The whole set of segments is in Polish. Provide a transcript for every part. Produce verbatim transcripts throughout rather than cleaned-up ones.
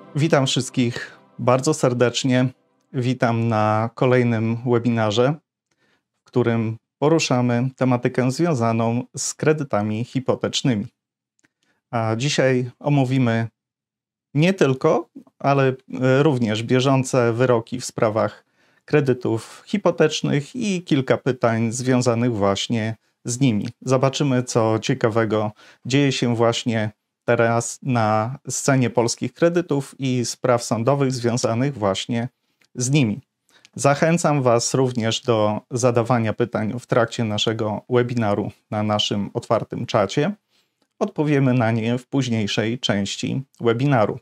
Witam wszystkich bardzo serdecznie. Witam na kolejnym webinarze, w którym poruszamy tematykę związaną z kredytami hipotecznymi. A dzisiaj omówimy nie tylko, ale również bieżące wyroki w sprawach kredytów hipotecznych i kilka pytań związanych właśnie z nimi. Zobaczymy, co ciekawego dzieje się właśnie teraz na scenie polskich kredytów i spraw sądowych związanych właśnie z nimi. Zachęcam Was również do zadawania pytań w trakcie naszego webinaru na naszym otwartym czacie. Odpowiemy na nie w późniejszej części webinaru.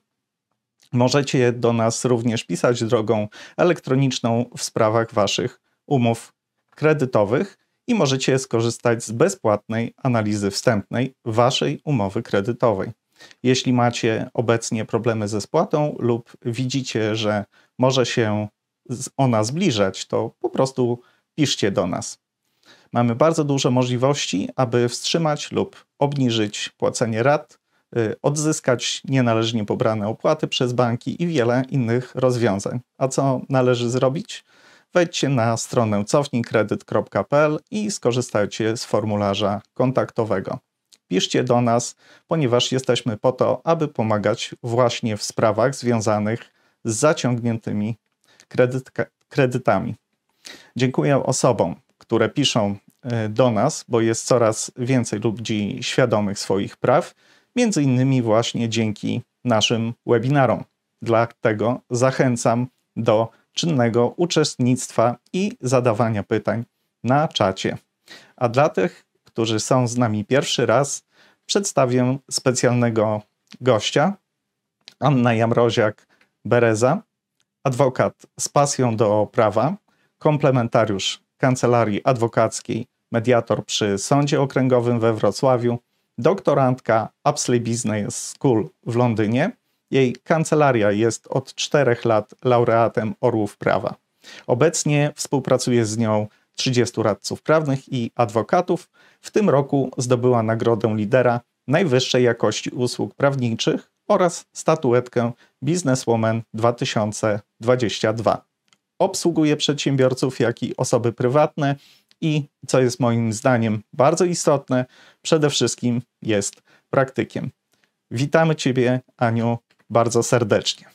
Możecie do nas również pisać drogą elektroniczną w sprawach Waszych umów kredytowych i możecie skorzystać z bezpłatnej analizy wstępnej Waszej umowy kredytowej. Jeśli macie obecnie problemy ze spłatą lub widzicie, że może się ona zbliżać, to po prostu piszcie do nas. Mamy bardzo duże możliwości, aby wstrzymać lub obniżyć płacenie rat, odzyskać nienależnie pobrane opłaty przez banki i wiele innych rozwiązań. A co należy zrobić? Wejdźcie na stronę cofnij kredyt kropka p l i skorzystajcie z formularza kontaktowego. Piszcie do nas, ponieważ jesteśmy po to, aby pomagać właśnie w sprawach związanych z zaciągniętymi kredytka, kredytami. Dziękuję osobom, które piszą do nas, bo jest coraz więcej ludzi świadomych swoich praw, między innymi właśnie dzięki naszym webinarom. Dlatego zachęcam do czynnego uczestnictwa i zadawania pytań na czacie. A dla tych, którzy są z nami pierwszy raz, przedstawię specjalnego gościa, Anna Jamroziak-Bereza, adwokat z pasją do prawa, komplementariusz Kancelarii Adwokackiej, mediator przy Sądzie Okręgowym we Wrocławiu, doktorantka Apsley Business School w Londynie. Jej kancelaria jest od czterech lat laureatem Orłów Prawa. Obecnie współpracuje z nią trzydziestu radców prawnych i adwokatów. W tym roku zdobyła nagrodę lidera najwyższej jakości usług prawniczych oraz statuetkę Businesswoman dwa tysiące dwudziesty drugi. Obsługuje przedsiębiorców, jak i osoby prywatne i, co jest moim zdaniem bardzo istotne, przede wszystkim jest praktykiem. Witamy Ciebie, Aniu, bardzo serdecznie.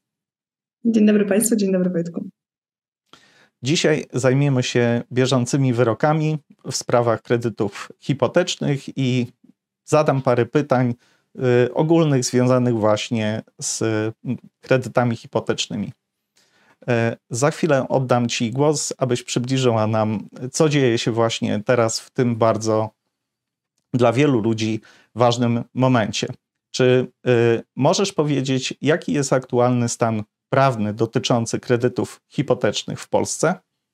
Dzień dobry Państwu, dzień dobry Wojtku. Dzisiaj zajmiemy się bieżącymi wyrokami w sprawach kredytów hipotecznych i zadam parę pytań y, ogólnych związanych właśnie z y, kredytami hipotecznymi. Y, za chwilę oddam Ci głos, abyś przybliżyła nam, co dzieje się właśnie teraz w tym bardzo dla wielu ludzi ważnym momencie. Czy y, możesz powiedzieć, jaki jest aktualny stan prawny dotyczący kredytów hipotecznych w Polsce?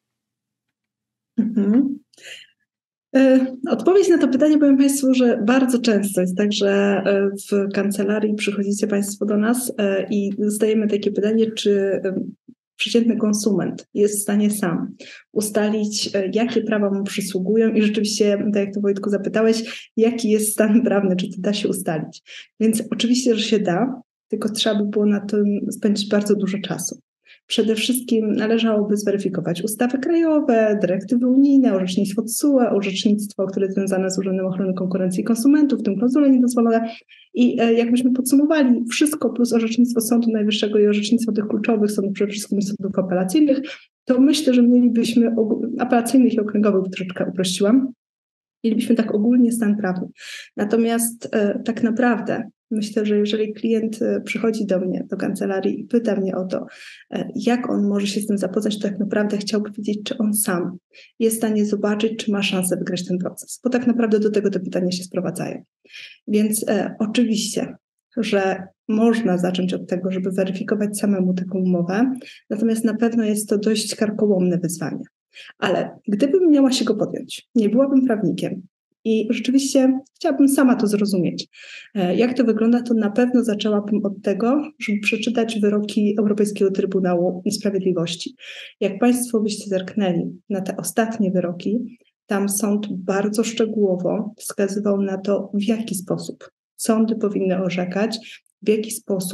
Mhm. Odpowiedź na to pytanie, powiem Państwu, że bardzo często jest tak, że w kancelarii przychodzicie Państwo do nas i dostajemy takie pytanie, czy przeciętny konsument jest w stanie sam ustalić, jakie prawa mu przysługują i rzeczywiście, tak jak to Wojtku zapytałeś, jaki jest stan prawny, czy to da się ustalić. Więc oczywiście, że się da, tylko trzeba by było na tym spędzić bardzo dużo czasu. Przede wszystkim należałoby zweryfikować ustawy krajowe, dyrektywy unijne, orzecznictwo T S U E, orzecznictwo, które jest związane z Urzędem Ochrony Konkurencji i Konsumentów, w tym klauzule niedozwolone. I jakbyśmy podsumowali wszystko plus orzecznictwo Sądu Najwyższego i orzecznictwo tych kluczowych sądów, przede wszystkim sądów apelacyjnych, to myślę, że mielibyśmy, apelacyjnych i okręgowych troszeczkę uprościłam, mielibyśmy tak ogólnie stan prawny. Natomiast e, tak naprawdę myślę, że jeżeli klient przychodzi do mnie, do kancelarii i pyta mnie o to, jak on może się z tym zapoznać, to tak naprawdę chciałby wiedzieć, czy on sam jest w stanie zobaczyć, czy ma szansę wygrać ten proces, bo tak naprawdę do tego te pytania się sprowadzają. Więc e, oczywiście, że można zacząć od tego, żeby weryfikować samemu taką umowę, natomiast na pewno jest to dość karkołomne wyzwanie. Ale gdybym miała się go podjąć, nie byłabym prawnikiem, i rzeczywiście chciałabym sama to zrozumieć. Jak to wygląda, to na pewno zaczęłabym od tego, żeby przeczytać wyroki Europejskiego Trybunału Sprawiedliwości. Jak Państwo byście zerknęli na te ostatnie wyroki, tam sąd bardzo szczegółowo wskazywał na to, w jaki sposób sądy powinny orzekać, w jaki sposób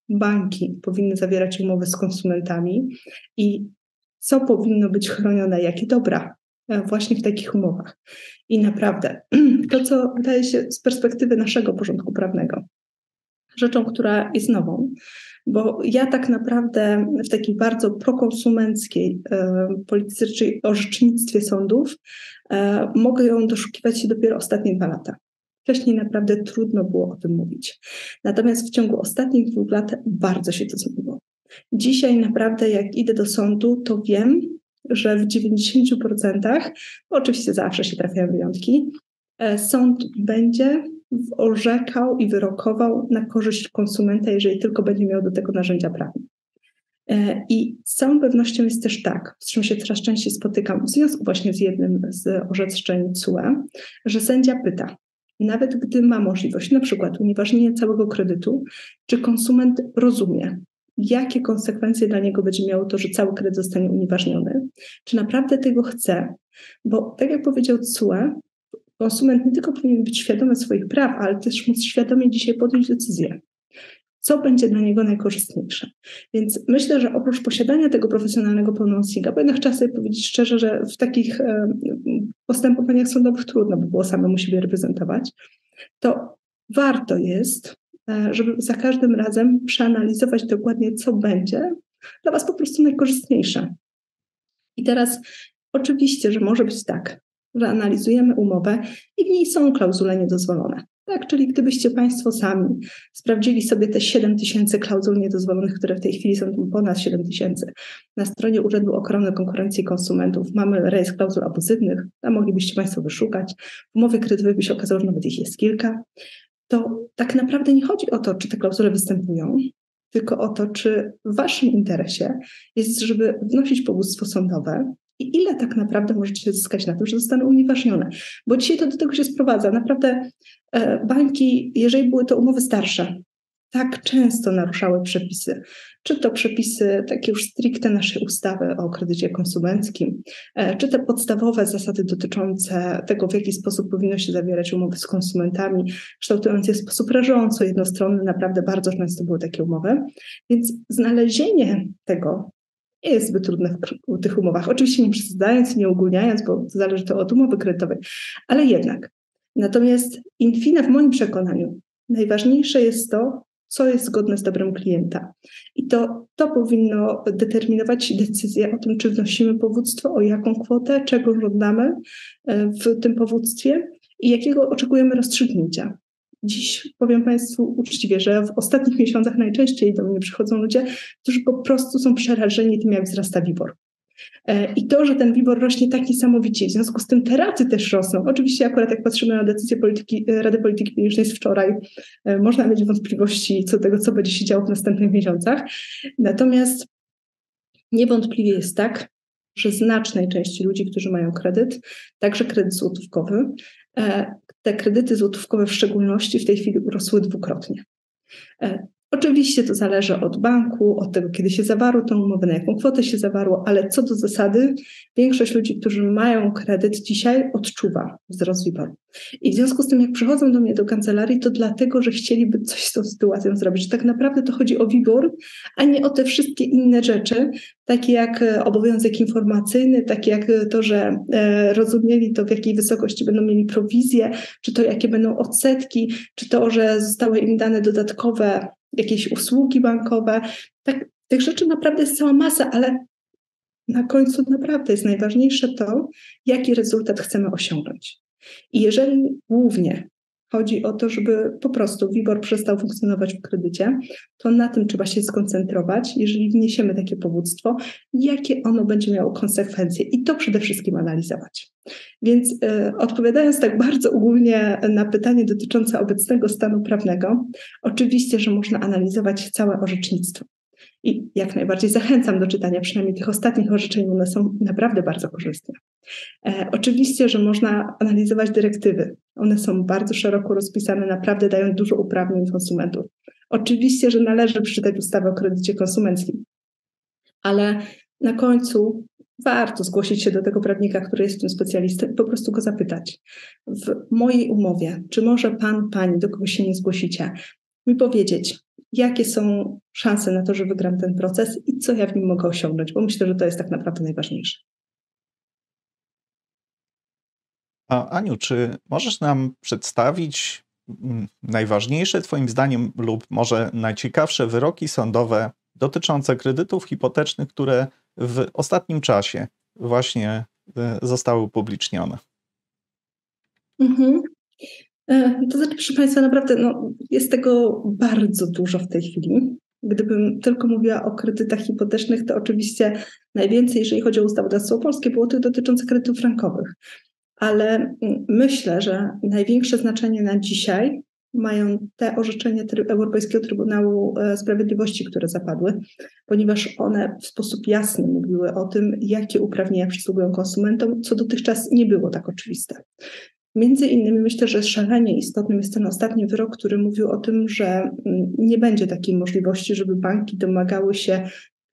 banki powinny zawierać umowy z konsumentami i co powinno być chronione, jakie dobra właśnie w takich umowach. I naprawdę to, co wydaje się z perspektywy naszego porządku prawnego rzeczą, która jest nową, bo ja tak naprawdę w takiej bardzo prokonsumenckiej e, polityce, czyli orzecznictwie sądów, e, mogę ją doszukiwać się dopiero ostatnie dwa lata. Wcześniej naprawdę trudno było o tym mówić. Natomiast w ciągu ostatnich dwóch lat bardzo się to zmieniło. Dzisiaj naprawdę jak idę do sądu, to wiem, że w dziewięćdziesięciu procentach, oczywiście zawsze się trafiają wyjątki, sąd będzie orzekał i wyrokował na korzyść konsumenta, jeżeli tylko będzie miał do tego narzędzia prawne. I z całą pewnością jest też tak, z czym się coraz częściej spotykam, w związku właśnie z jednym z orzeczeń C U E, że sędzia pyta, nawet gdy ma możliwość na przykład unieważnienia całego kredytu, czy konsument rozumie, jakie konsekwencje dla niego będzie miało to, że cały kredyt zostanie unieważniony, czy naprawdę tego chce, bo tak jak powiedział C U E, konsument nie tylko powinien być świadomy swoich praw, ale też móc świadomie dzisiaj podjąć decyzję, co będzie dla niego najkorzystniejsze. Więc myślę, że oprócz posiadania tego profesjonalnego pełnomocnika, bo jednak trzeba sobie powiedzieć szczerze, że w takich e, postępowaniach sądowych trudno by było samemu siebie reprezentować, to warto jest, e, żeby za każdym razem przeanalizować dokładnie, co będzie dla was po prostu najkorzystniejsze. I teraz oczywiście, że może być tak, że analizujemy umowę i w niej są klauzule niedozwolone. Tak, czyli gdybyście Państwo sami sprawdzili sobie te siedem tysięcy klauzul niedozwolonych, które w tej chwili są ponad siedem tysięcy. Na stronie Urzędu Ochrony Konkurencji i Konsumentów mamy rejestr klauzul abuzywnych, tam moglibyście Państwo wyszukać. W umowie kredytowej by się okazało, że nawet ich jest kilka. To tak naprawdę nie chodzi o to, czy te klauzule występują, tylko o to, czy w Waszym interesie jest, żeby wnosić powództwo sądowe, i ile tak naprawdę możecie zyskać na tym, że zostaną unieważnione. Bo dzisiaj to do tego się sprowadza. Naprawdę e, banki, jeżeli były to umowy starsze, tak często naruszały przepisy. Czy to przepisy takie już stricte naszej ustawy o kredycie konsumenckim, e, czy te podstawowe zasady dotyczące tego, w jaki sposób powinno się zawierać umowy z konsumentami, kształtując je w sposób rażąco jednostronny. Naprawdę bardzo często były takie umowy. Więc znalezienie tego nie jest zbyt trudne w, w tych umowach. Oczywiście nie przesadzając, nie ogólniając, bo zależy to od umowy kredytowej, ale jednak. Natomiast in fine w moim przekonaniu najważniejsze jest to, co jest zgodne z dobrem klienta. I to, to powinno determinować decyzję o tym, czy wnosimy powództwo, o jaką kwotę, czego żądamy w tym powództwie i jakiego oczekujemy rozstrzygnięcia. Dziś powiem Państwu uczciwie, że w ostatnich miesiącach najczęściej do mnie przychodzą ludzie, którzy po prostu są przerażeni tym, jak wzrasta WIBOR. I to, że ten WIBOR rośnie tak niesamowicie, w związku z tym te raty też rosną. Oczywiście akurat jak patrzymy na decyzję polityki, Rady Polityki Pieniężnej z wczoraj, można mieć wątpliwości co do tego, co będzie się działo w następnych miesiącach. Natomiast niewątpliwie jest tak, że znacznej części ludzi, którzy mają kredyt, także kredyt złotówkowy, te kredyty złotówkowe w szczególności w tej chwili urosły dwukrotnie. Oczywiście to zależy od banku, od tego, kiedy się zawarło tę umowę, na jaką kwotę się zawarło, ale co do zasady większość ludzi, którzy mają kredyt dzisiaj odczuwa wzrost WIBOR. I w związku z tym, jak przychodzą do mnie do kancelarii, to dlatego, że chcieliby coś z tą sytuacją zrobić. Że tak naprawdę to chodzi o WIBOR, a nie o te wszystkie inne rzeczy, takie jak obowiązek informacyjny, takie jak to, że e, rozumieli to, w jakiej wysokości będą mieli prowizje, czy to, jakie będą odsetki, czy to, że zostały im dane dodatkowe jakieś usługi bankowe. Tak, tych rzeczy naprawdę jest cała masa, ale na końcu naprawdę jest najważniejsze to, jaki rezultat chcemy osiągnąć. I jeżeli głównie chodzi o to, żeby po prostu WIBOR przestał funkcjonować w kredycie, to na tym trzeba się skoncentrować, jeżeli wniesiemy takie powództwo, jakie ono będzie miało konsekwencje i to przede wszystkim analizować. Więc y, odpowiadając tak bardzo ogólnie na pytanie dotyczące obecnego stanu prawnego, oczywiście, że można analizować całe orzecznictwo. I jak najbardziej zachęcam do czytania przynajmniej tych ostatnich orzeczeń, one są naprawdę bardzo korzystne. E, oczywiście, że można analizować dyrektywy. One są bardzo szeroko rozpisane, naprawdę dają dużo uprawnień konsumentów. Oczywiście, że należy przeczytać ustawę o kredycie konsumenckim, ale na końcu warto zgłosić się do tego prawnika, który jest w tym specjalistą i po prostu go zapytać. W mojej umowie, czy może pan, pani, do kogo się nie zgłosicie, mi powiedzieć, jakie są szanse na to, że wygram ten proces i co ja w nim mogę osiągnąć, bo myślę, że to jest tak naprawdę najważniejsze. A Aniu, czy możesz nam przedstawić najważniejsze Twoim zdaniem lub może najciekawsze wyroki sądowe dotyczące kredytów hipotecznych, które w ostatnim czasie właśnie zostały upublicznione? Mhm. To znaczy, proszę Państwa, naprawdę no, jest tego bardzo dużo w tej chwili. Gdybym tylko mówiła o kredytach hipotecznych, to oczywiście najwięcej, jeżeli chodzi o ustawodawstwo polskie, było tych dotyczących kredytów frankowych. Ale myślę, że największe znaczenie na dzisiaj mają te orzeczenia Europejskiego Trybunału Sprawiedliwości, które zapadły, ponieważ one w sposób jasny mówiły o tym, jakie uprawnienia przysługują konsumentom, co dotychczas nie było tak oczywiste. Między innymi myślę, że szalenie istotnym jest ten ostatni wyrok, który mówił o tym, że nie będzie takiej możliwości, żeby banki domagały się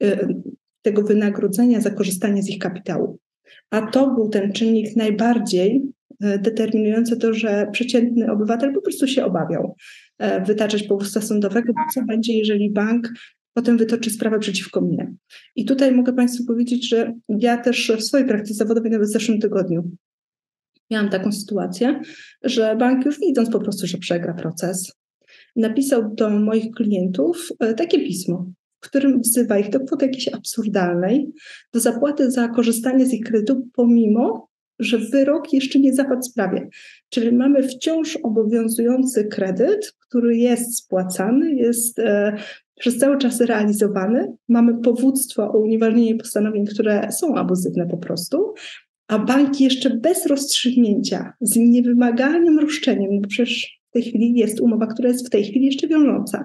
tego wynagrodzenia za korzystanie z ich kapitału. A to był ten czynnik najbardziej determinujący to, że przeciętny obywatel po prostu się obawiał wytaczać powództwa sądowego, co będzie, jeżeli bank potem wytoczy sprawę przeciwko mnie. I tutaj mogę Państwu powiedzieć, że ja też w swojej praktyce zawodowej, nawet w zeszłym tygodniu, miałam taką sytuację, że bank już widząc po prostu, że przegra proces, napisał do moich klientów takie pismo, w którym wzywa ich do kwoty jakiejś absurdalnej, do zapłaty za korzystanie z ich kredytu, pomimo że wyrok jeszcze nie zapadł w sprawie. Czyli mamy wciąż obowiązujący kredyt, który jest spłacany, jest e, przez cały czas realizowany. Mamy powództwo o unieważnienie postanowień, które są abuzywne po prostu, a bank jeszcze bez rozstrzygnięcia, z niewymagalnym roszczeniem, bo przecież w tej chwili jest umowa, która jest w tej chwili jeszcze wiążąca,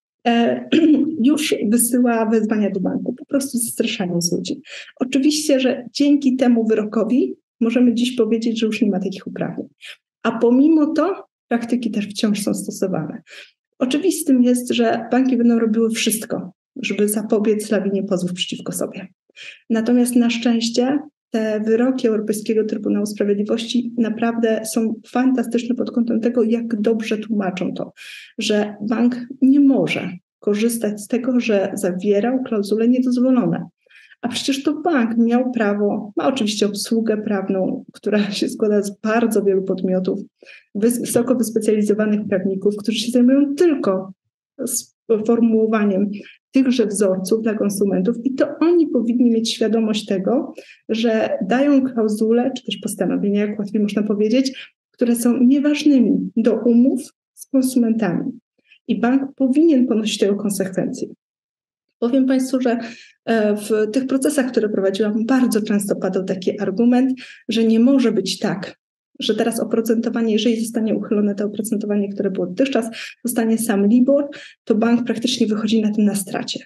e, już wysyła wezwania do banku, po prostu zastraszając ludzi. Oczywiście, że dzięki temu wyrokowi możemy dziś powiedzieć, że już nie ma takich uprawnień. A pomimo to praktyki też wciąż są stosowane. Oczywistym jest, że banki będą robiły wszystko, żeby zapobiec lawinie pozwów przeciwko sobie. Natomiast na szczęście te wyroki Europejskiego Trybunału Sprawiedliwości naprawdę są fantastyczne pod kątem tego, jak dobrze tłumaczą to, że bank nie może korzystać z tego, że zawierał klauzule niedozwolone. A przecież to bank miał prawo, ma oczywiście obsługę prawną, która się składa z bardzo wielu podmiotów, wysoko wyspecjalizowanych prawników, którzy się zajmują tylko formułowaniem tychże wzorców dla konsumentów i to oni powinni mieć świadomość tego, że dają klauzule, czy też postanowienia, jak łatwiej można powiedzieć, które są nieważnymi do umów z konsumentami. I bank powinien ponosić tego konsekwencje. Powiem Państwu, że w tych procesach, które prowadziłam, bardzo często padał taki argument, że nie może być tak, że teraz oprocentowanie, jeżeli zostanie uchylone to oprocentowanie, które było dotychczas, zostanie sam LIBOR, to bank praktycznie wychodzi na tym na stracie.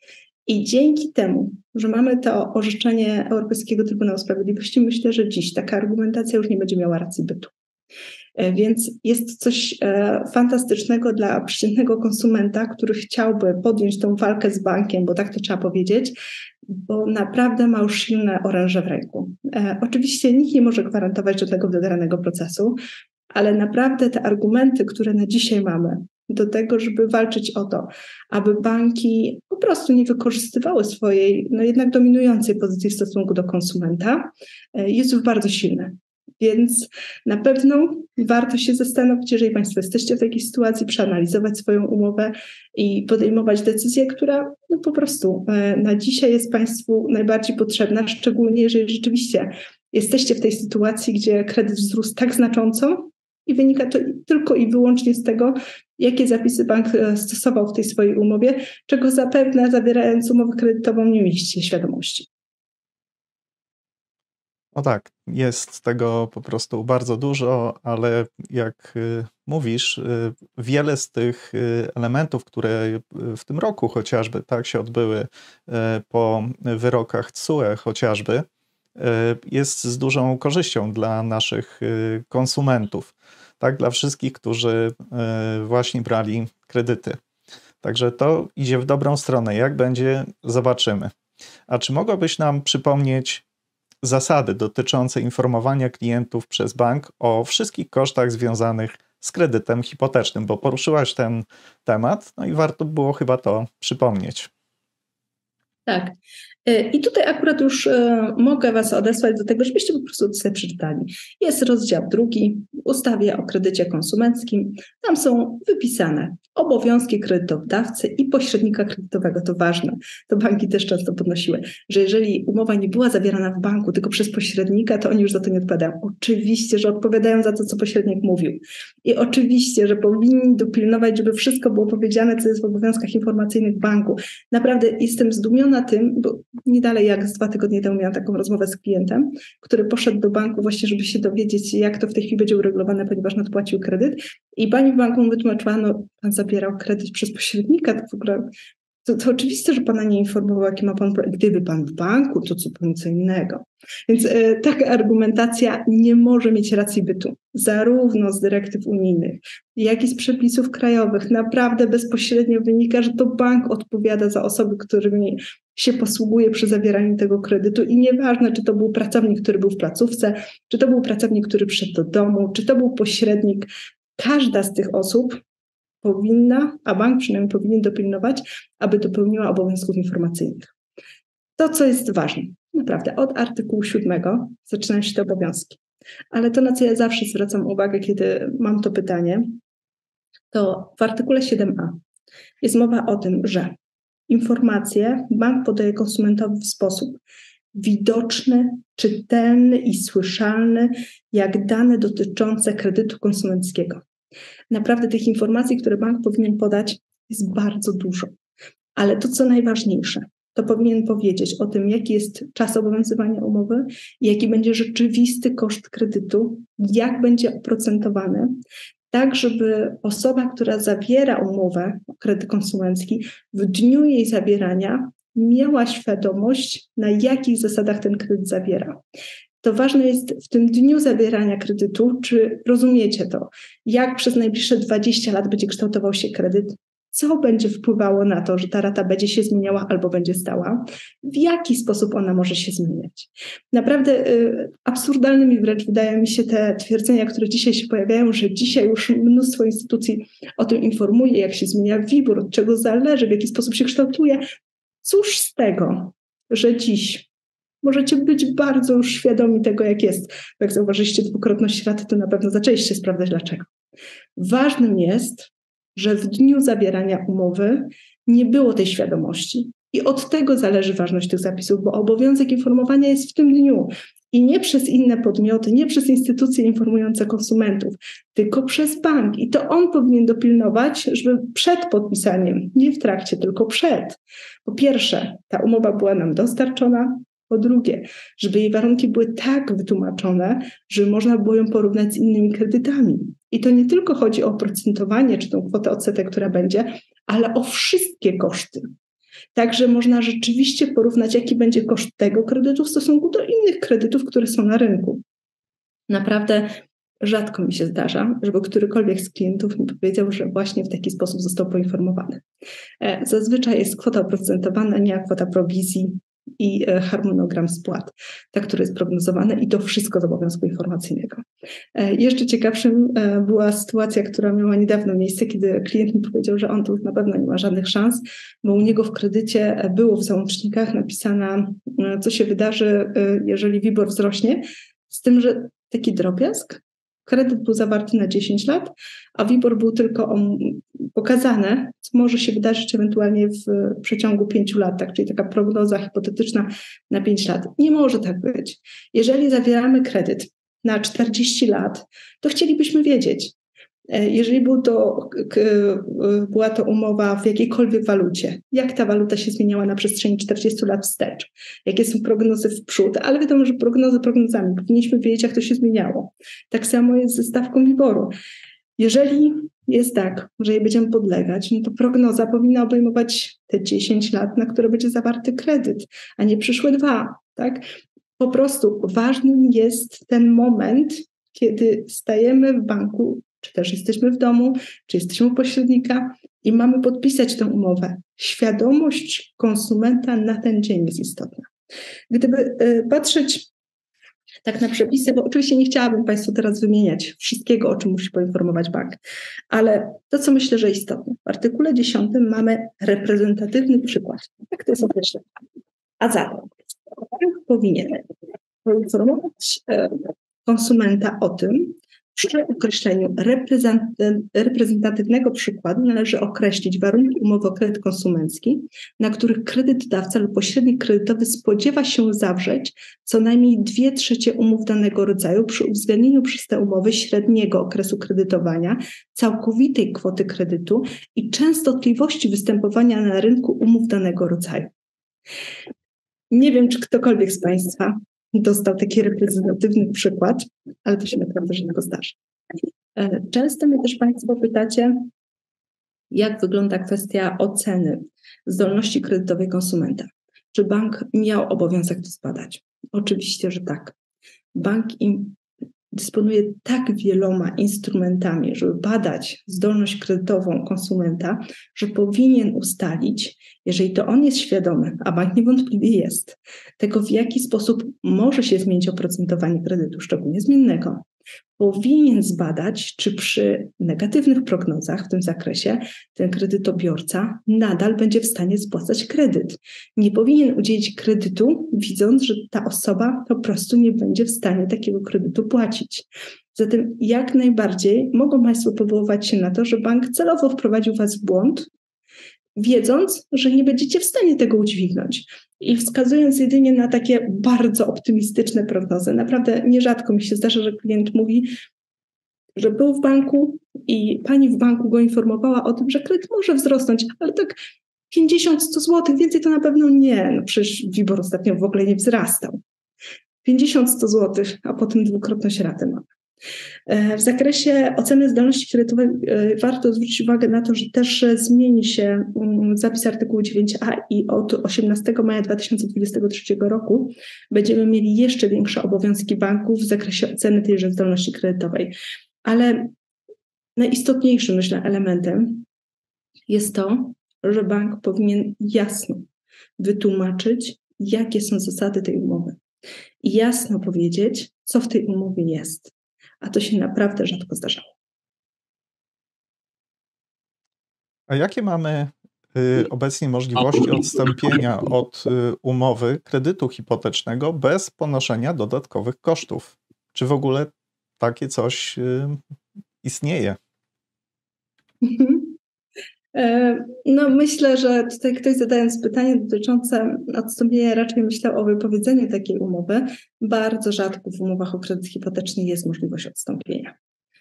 I dzięki temu, że mamy to orzeczenie Europejskiego Trybunału Sprawiedliwości, myślę, że dziś taka argumentacja już nie będzie miała racji bytu. Więc jest coś fantastycznego dla przeciętnego konsumenta, który chciałby podjąć tą walkę z bankiem, bo tak to trzeba powiedzieć, bo naprawdę ma już silne oręże w ręku. Oczywiście nikt nie może gwarantować żadnego wygranego procesu, ale naprawdę te argumenty, które na dzisiaj mamy do tego, żeby walczyć o to, aby banki po prostu nie wykorzystywały swojej no jednak dominującej pozycji w stosunku do konsumenta, jest już bardzo silne. Więc na pewno warto się zastanowić, jeżeli Państwo jesteście w takiej sytuacji, przeanalizować swoją umowę i podejmować decyzję, która no po prostu na dzisiaj jest Państwu najbardziej potrzebna, szczególnie jeżeli rzeczywiście jesteście w tej sytuacji, gdzie kredyt wzrósł tak znacząco i wynika to tylko i wyłącznie z tego, jakie zapisy bank stosował w tej swojej umowie, czego zapewne zawierając umowę kredytową nie mieliście świadomości. No tak, jest tego po prostu bardzo dużo, ale jak mówisz, wiele z tych elementów, które w tym roku chociażby tak się odbyły po wyrokach T S U E chociażby, jest z dużą korzyścią dla naszych konsumentów, tak, dla wszystkich, którzy właśnie brali kredyty. Także to idzie w dobrą stronę. Jak będzie, zobaczymy. A czy mogłabyś nam przypomnieć zasady dotyczące informowania klientów przez bank o wszystkich kosztach związanych z kredytem hipotecznym, bo poruszyłaś ten temat, no i warto było chyba to przypomnieć. Tak. I tutaj akurat już mogę Was odesłać do tego, żebyście po prostu sobie przeczytali. Jest rozdział drugi w ustawie o kredycie konsumenckim. Tam są wypisane obowiązki kredytodawcy i pośrednika kredytowego. To ważne. To banki też często podnosiły, że jeżeli umowa nie była zawierana w banku, tylko przez pośrednika, to oni już za to nie odpowiadają. Oczywiście, że odpowiadają za to, co pośrednik mówił. I oczywiście, że powinni dopilnować, żeby wszystko było powiedziane, co jest w obowiązkach informacyjnych banku. Naprawdę jestem zdumiona tym, bo nie dalej jak z dwa tygodnie temu miałam taką rozmowę z klientem, który poszedł do banku właśnie, żeby się dowiedzieć, jak to w tej chwili będzie uregulowane, ponieważ nadpłacił kredyt. I pani w banku mu wytłumaczyła, no pan zabierał kredyt przez pośrednika, to w ogóle to, to oczywiste, że pana nie informował, jaki ma pan problem. Gdyby pan w banku, to zupełnie co innego. Więc e, taka argumentacja nie może mieć racji bytu, zarówno z dyrektyw unijnych, jak i z przepisów krajowych. Naprawdę bezpośrednio wynika, że to bank odpowiada za osoby, którymi się posługuje przy zawieraniu tego kredytu i nieważne, czy to był pracownik, który był w placówce, czy to był pracownik, który przyszedł do domu, czy to był pośrednik. Każda z tych osób powinna, a bank przynajmniej powinien dopilnować, aby dopełniła obowiązków informacyjnych. To, co jest ważne, naprawdę od artykułu siódmego zaczynają się te obowiązki. Ale to, na co ja zawsze zwracam uwagę, kiedy mam to pytanie, to w artykule siedem a jest mowa o tym, że informacje bank podaje konsumentowi w sposób widoczny, czytelny i słyszalny, jak dane dotyczące kredytu konsumenckiego. Naprawdę tych informacji, które bank powinien podać, jest bardzo dużo. Ale to, co najważniejsze, to powinien powiedzieć o tym, jaki jest czas obowiązywania umowy, jaki będzie rzeczywisty koszt kredytu, jak będzie oprocentowany, tak żeby osoba, która zawiera umowę o kredyt konsumencki, w dniu jej zawierania miała świadomość, na jakich zasadach ten kredyt zawiera. To ważne jest w tym dniu zawierania kredytu, czy rozumiecie to, jak przez najbliższe dwadzieścia lat będzie kształtował się kredyt, co będzie wpływało na to, że ta rata będzie się zmieniała albo będzie stała, w jaki sposób ona może się zmieniać. Naprawdę y, absurdalnymi wręcz wydają mi się te twierdzenia, które dzisiaj się pojawiają, że dzisiaj już mnóstwo instytucji o tym informuje, jak się zmienia WIBOR, od czego zależy, w jaki sposób się kształtuje. Cóż z tego, że dziś możecie być bardzo już świadomi tego, jak jest. Jak zauważyliście dwukrotność raty, to na pewno zaczęliście sprawdzać dlaczego. Ważnym jest, że w dniu zawierania umowy nie było tej świadomości. I od tego zależy ważność tych zapisów, bo obowiązek informowania jest w tym dniu. I nie przez inne podmioty, nie przez instytucje informujące konsumentów, tylko przez bank. I to on powinien dopilnować, żeby przed podpisaniem, nie w trakcie, tylko przed. Po pierwsze, ta umowa była nam dostarczona. Po drugie, żeby jej warunki były tak wytłumaczone, że można było ją porównać z innymi kredytami. I to nie tylko chodzi o oprocentowanie, czy tą kwotę odsetek, która będzie, ale o wszystkie koszty. Także można rzeczywiście porównać, jaki będzie koszt tego kredytu w stosunku do innych kredytów, które są na rynku. Naprawdę rzadko mi się zdarza, żeby którykolwiek z klientów mi powiedział, że właśnie w taki sposób został poinformowany. Zazwyczaj jest kwota oprocentowana, nie kwota prowizji i harmonogram spłat, tak, który jest prognozowany i to wszystko z obowiązku informacyjnego. Jeszcze ciekawszym była sytuacja, która miała niedawno miejsce, kiedy klient mi powiedział, że on tu na pewno nie ma żadnych szans, bo u niego w kredycie było w załącznikach napisane, co się wydarzy, jeżeli WIBOR wzrośnie, z tym, że taki drobiazg, kredyt był zawarty na dziesięć lat, a WIBOR był tylko pokazane, co może się wydarzyć ewentualnie w przeciągu pięciu lat, tak? Czyli taka prognoza hipotetyczna na pięć lat. Nie może tak być. Jeżeli zawieramy kredyt na czterdzieści lat, to chcielibyśmy wiedzieć, jeżeli był to, była to umowa w jakiejkolwiek walucie, jak ta waluta się zmieniała na przestrzeni czterdziestu lat wstecz, jakie są prognozy w przód, ale wiadomo, że prognozy prognozami, powinniśmy wiedzieć, jak to się zmieniało. Tak samo jest ze stawką WIBOR-u. Jeżeli jest tak, że jej będziemy podlegać, no to prognoza powinna obejmować te dziesięć lat, na które będzie zawarty kredyt, a nie przyszłe dwa, tak? Po prostu ważnym jest ten moment, kiedy stajemy w banku, czy też jesteśmy w domu, czy jesteśmy u pośrednika i mamy podpisać tę umowę. Świadomość konsumenta na ten dzień jest istotna. Gdyby y, patrzeć Tak na przepisy, bo oczywiście nie chciałabym Państwu teraz wymieniać wszystkiego, o czym musi poinformować bank, ale to, co myślę, że istotne. W artykule dziesiątym mamy reprezentatywny przykład. Tak to jest określone. A zatem bank powinien poinformować konsumenta o tym, przy określeniu reprezentatywnego przykładu należy określić warunki umowy o kredyt konsumencki, na których kredytodawca lub pośrednik kredytowy spodziewa się zawrzeć co najmniej dwie trzecie umów danego rodzaju przy uwzględnieniu przez te umowy średniego okresu kredytowania, całkowitej kwoty kredytu i częstotliwości występowania na rynku umów danego rodzaju. Nie wiem, czy ktokolwiek z Państwa dostał taki reprezentatywny przykład, ale to się naprawdę rzadko zdarza. Często mnie też Państwo pytacie, jak wygląda kwestia oceny zdolności kredytowej konsumenta. Czy bank miał obowiązek to zbadać? Oczywiście, że tak. Bank im dysponuje tak wieloma instrumentami, żeby badać zdolność kredytową konsumenta, że powinien ustalić, jeżeli to on jest świadomy, a bank niewątpliwie jest, tego w jaki sposób może się zmienić oprocentowanie kredytu, szczególnie zmiennego. Powinien zbadać, czy przy negatywnych prognozach w tym zakresie ten kredytobiorca nadal będzie w stanie spłacać kredyt. Nie powinien udzielić kredytu, widząc, że ta osoba po prostu nie będzie w stanie takiego kredytu płacić. Zatem jak najbardziej mogą Państwo powoływać się na to, że bank celowo wprowadził Was w błąd, wiedząc, że nie będziecie w stanie tego udźwignąć. I wskazując jedynie na takie bardzo optymistyczne prognozy. Naprawdę nierzadko mi się zdarza, że klient mówi, że był w banku i pani w banku go informowała o tym, że kredyt może wzrosnąć, ale tak pięćdziesiąt sto złotych, więcej to na pewno nie. No przecież WIBOR ostatnio w ogóle nie wzrastał. pięćdziesiąt sto złotych, a potem dwukrotność raty mamy. W zakresie oceny zdolności kredytowej warto zwrócić uwagę na to, że też zmieni się zapis artykułu dziewięć a i od osiemnastego maja dwa tysiące dwudziestego trzeciego roku będziemy mieli jeszcze większe obowiązki banków w zakresie oceny tejże zdolności kredytowej. Ale najistotniejszym, myślę, elementem jest to, że bank powinien jasno wytłumaczyć, jakie są zasady tej umowy i jasno powiedzieć, co w tej umowie jest. A to się naprawdę rzadko zdarzało. A jakie mamy y, obecnie możliwości odstąpienia od y, umowy kredytu hipotecznego bez ponoszenia dodatkowych kosztów? Czy w ogóle takie coś y, istnieje? No myślę, że tutaj ktoś zadając pytanie dotyczące odstąpienia raczej myślał o wypowiedzeniu takiej umowy. Bardzo rzadko w umowach o kredyt hipoteczny jest możliwość odstąpienia.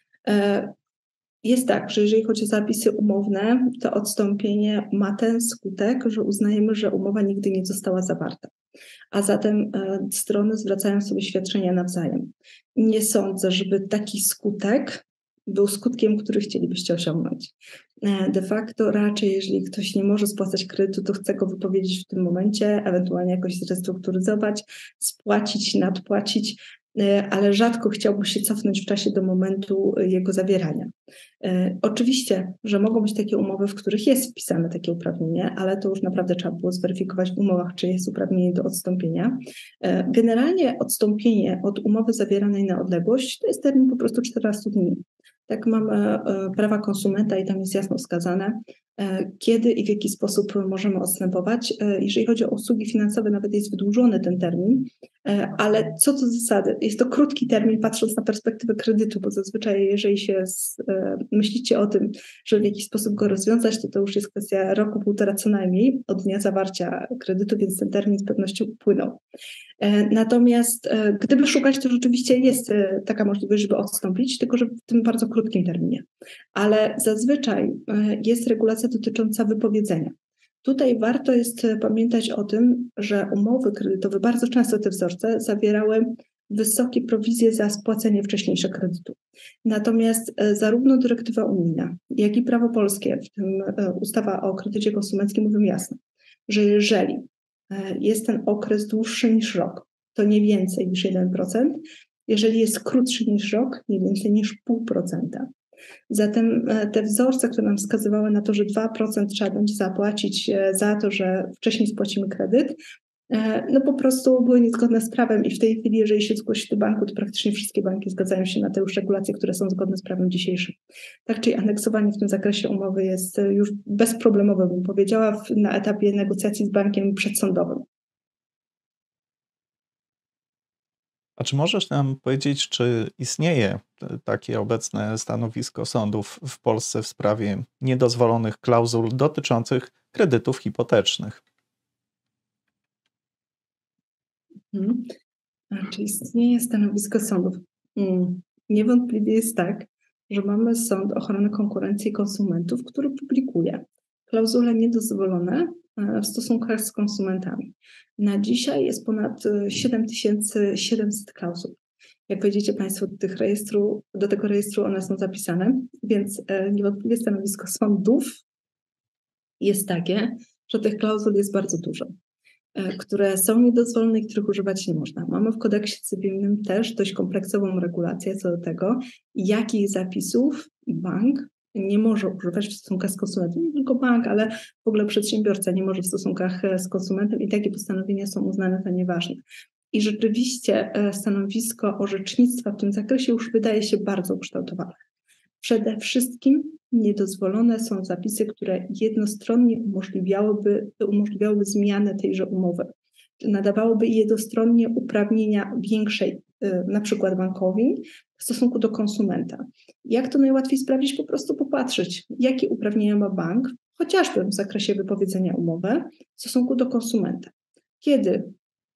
Jest tak, że jeżeli chodzi o zapisy umowne, to odstąpienie ma ten skutek, że uznajemy, że umowa nigdy nie została zawarta. A zatem strony zwracają sobie świadczenia nawzajem. Nie sądzę, żeby taki skutek był skutkiem, który chcielibyście osiągnąć. De facto raczej, jeżeli ktoś nie może spłacać kredytu, to chce go wypowiedzieć w tym momencie, ewentualnie jakoś zrestrukturyzować, spłacić, nadpłacić, ale rzadko chciałby się cofnąć w czasie do momentu jego zawierania. Oczywiście, że mogą być takie umowy, w których jest wpisane takie uprawnienie, ale to już naprawdę trzeba było zweryfikować w umowach, czy jest uprawnienie do odstąpienia. Generalnie odstąpienie od umowy zawieranej na odległość to jest termin po prostu czternaście dni. Tak mamy prawa konsumenta i tam jest jasno wskazane, kiedy i w jaki sposób możemy odstępować. Jeżeli chodzi o usługi finansowe, nawet jest wydłużony ten termin, ale co do zasady, jest to krótki termin, patrząc na perspektywę kredytu, bo zazwyczaj jeżeli się z, myślicie o tym, że w jakiś sposób go rozwiązać, to to już jest kwestia roku, półtora co najmniej od dnia zawarcia kredytu, więc ten termin z pewnością upłynął. Natomiast gdyby szukać, to rzeczywiście jest taka możliwość, żeby odstąpić, tylko że w tym bardzo krótkim terminie. Ale zazwyczaj jest regulacja dotycząca wypowiedzenia. Tutaj warto jest pamiętać o tym, że umowy kredytowe, bardzo często te wzorce zawierały wysokie prowizje za spłacenie wcześniejszego kredytu. Natomiast zarówno dyrektywa unijna, jak i prawo polskie, w tym ustawa o kredycie konsumenckim mówią jasno, że jeżeli jest ten okres dłuższy niż rok, to nie więcej niż jeden procent, jeżeli jest krótszy niż rok, nie więcej niż zero przecinek pięć procent. Zatem te wzorce, które nam wskazywały na to, że dwa procent trzeba będzie zapłacić za to, że wcześniej spłacimy kredyt, no po prostu były niezgodne z prawem i w tej chwili, jeżeli się zgłosi do banku, to praktycznie wszystkie banki zgadzają się na te już regulacje, które są zgodne z prawem dzisiejszym. Tak, czyli aneksowanie w tym zakresie umowy jest już bezproblemowe, bym powiedziała, na etapie negocjacji z bankiem przedsądowym. A czy możesz nam powiedzieć, czy istnieje takie obecne stanowisko sądów w Polsce w sprawie niedozwolonych klauzul dotyczących kredytów hipotecznych? Hmm. A czy istnieje stanowisko sądów? Hmm. Niewątpliwie jest tak, że mamy Sąd Ochrony Konkurencji i Konsumentów, który publikuje klauzule niedozwolone w stosunkach z konsumentami. Na dzisiaj jest ponad siedem tysięcy siedemset klauzul. Jak wejdziecie Państwo do, tych rejestru, do tego rejestru, one są zapisane, więc niewątpliwie stanowisko sądów jest takie, że tych klauzul jest bardzo dużo, które są niedozwolone i których używać nie można. Mamy w kodeksie cywilnym też dość kompleksową regulację co do tego, jakich zapisów bank nie może używać w stosunkach z konsumentem. Nie tylko bank, ale w ogóle przedsiębiorca nie może w stosunkach z konsumentem i takie postanowienia są uznane za nieważne. I rzeczywiście stanowisko orzecznictwa w tym zakresie już wydaje się bardzo ukształtowane. Przede wszystkim niedozwolone są zapisy, które jednostronnie umożliwiałyby, umożliwiałyby zmianę tejże umowy. Nadawałoby jednostronnie uprawnienia większej, na przykład bankowi, w stosunku do konsumenta. Jak to najłatwiej sprawdzić? Po prostu popatrzeć, jakie uprawnienia ma bank, chociażby w zakresie wypowiedzenia umowy w stosunku do konsumenta. Kiedy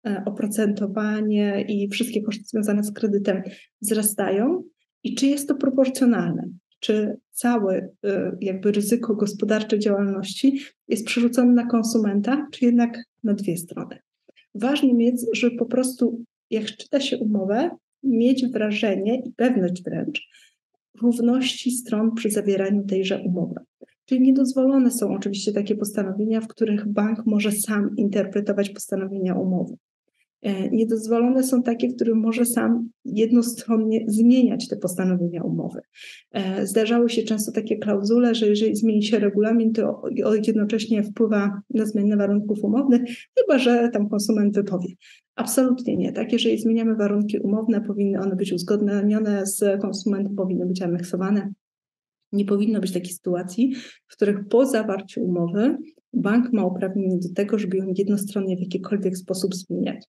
oprocentowanie i wszystkie koszty związane z kredytem wzrastają i czy jest to proporcjonalne, czy całe jakby ryzyko gospodarcze działalności jest przerzucone na konsumenta, czy jednak na dwie strony. Ważne jest, żeby po prostu jak czyta się umowę, mieć wrażenie i pewność wręcz równości stron przy zawieraniu tejże umowy. Czyli niedozwolone są oczywiście takie postanowienia, w których bank może sam interpretować postanowienia umowy. Niedozwolone są takie, w których może sam jednostronnie zmieniać te postanowienia umowy. Zdarzały się często takie klauzule, że jeżeli zmieni się regulamin, to jednocześnie wpływa na zmianę warunków umownych, chyba że tam konsument wypowie. Absolutnie nie. Tak, jeżeli zmieniamy warunki umowne, powinny one być uzgodnione z konsumentem, powinny być aneksowane. Nie powinno być takiej sytuacji, w których po zawarciu umowy bank ma uprawnienie do tego, żeby ją jednostronnie w jakikolwiek sposób zmieniać.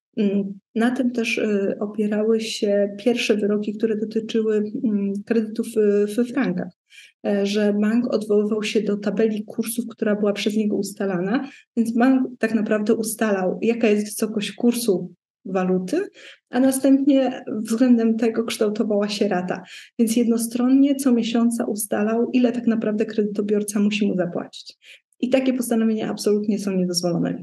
Na tym też opierały się pierwsze wyroki, które dotyczyły kredytów we frankach, że bank odwoływał się do tabeli kursów, która była przez niego ustalana, więc bank tak naprawdę ustalał, jaka jest wysokość kursu waluty, a następnie względem tego kształtowała się rata. Więc jednostronnie co miesiąca ustalał, ile tak naprawdę kredytobiorca musi mu zapłacić. I takie postanowienia absolutnie są niedozwolone.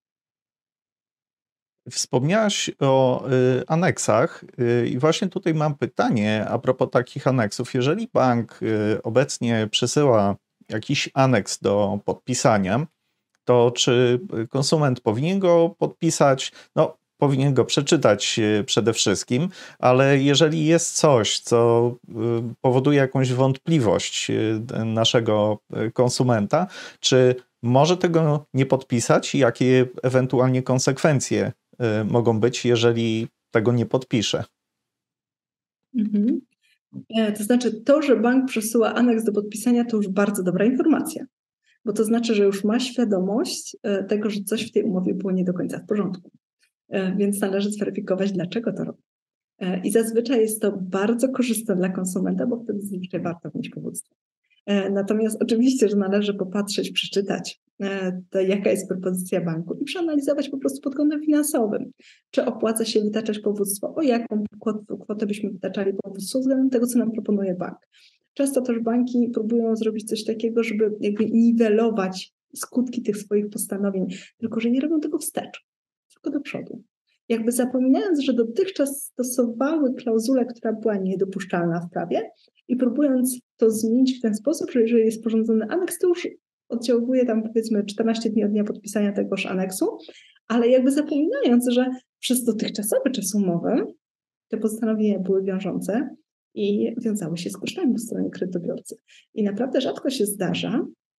Wspomniałaś o y, aneksach y, i właśnie tutaj mam pytanie a propos takich aneksów. Jeżeli bank y, obecnie przesyła jakiś aneks do podpisania, to czy konsument powinien go podpisać? No, powinien go przeczytać przede wszystkim, ale jeżeli jest coś, co powoduje jakąś wątpliwość naszego konsumenta, czy może tego nie podpisać i jakie ewentualnie konsekwencje mogą być, jeżeli tego nie podpisze? Mhm. To znaczy to, że bank przesyła aneks do podpisania, to już bardzo dobra informacja, bo to znaczy, że już ma świadomość tego, że coś w tej umowie było nie do końca w porządku. Więc należy zweryfikować, dlaczego to robi. I zazwyczaj jest to bardzo korzystne dla konsumenta, bo wtedy zazwyczaj warto mieć powództwo. Natomiast oczywiście, że należy popatrzeć, przeczytać, to jaka jest propozycja banku i przeanalizować po prostu pod kątem finansowym. Czy opłaca się wytaczać powództwo, o jaką kwotę byśmy wytaczali powództwo względem tego, co nam proponuje bank. Często też banki próbują zrobić coś takiego, żeby jakby niwelować skutki tych swoich postanowień, tylko że nie robią tego wstecz, tylko do przodu. Jakby zapominając, że dotychczas stosowały klauzulę, która była niedopuszczalna w prawie i próbując to zmienić w ten sposób, że jeżeli jest sporządzony aneks, to już oddziałuje tam powiedzmy czternaście dni od dnia podpisania tegoż aneksu, ale jakby zapominając, że przez dotychczasowy czas umowy te postanowienia były wiążące i wiązały się z kosztami po stronie kredytobiorcy. I naprawdę rzadko się zdarza,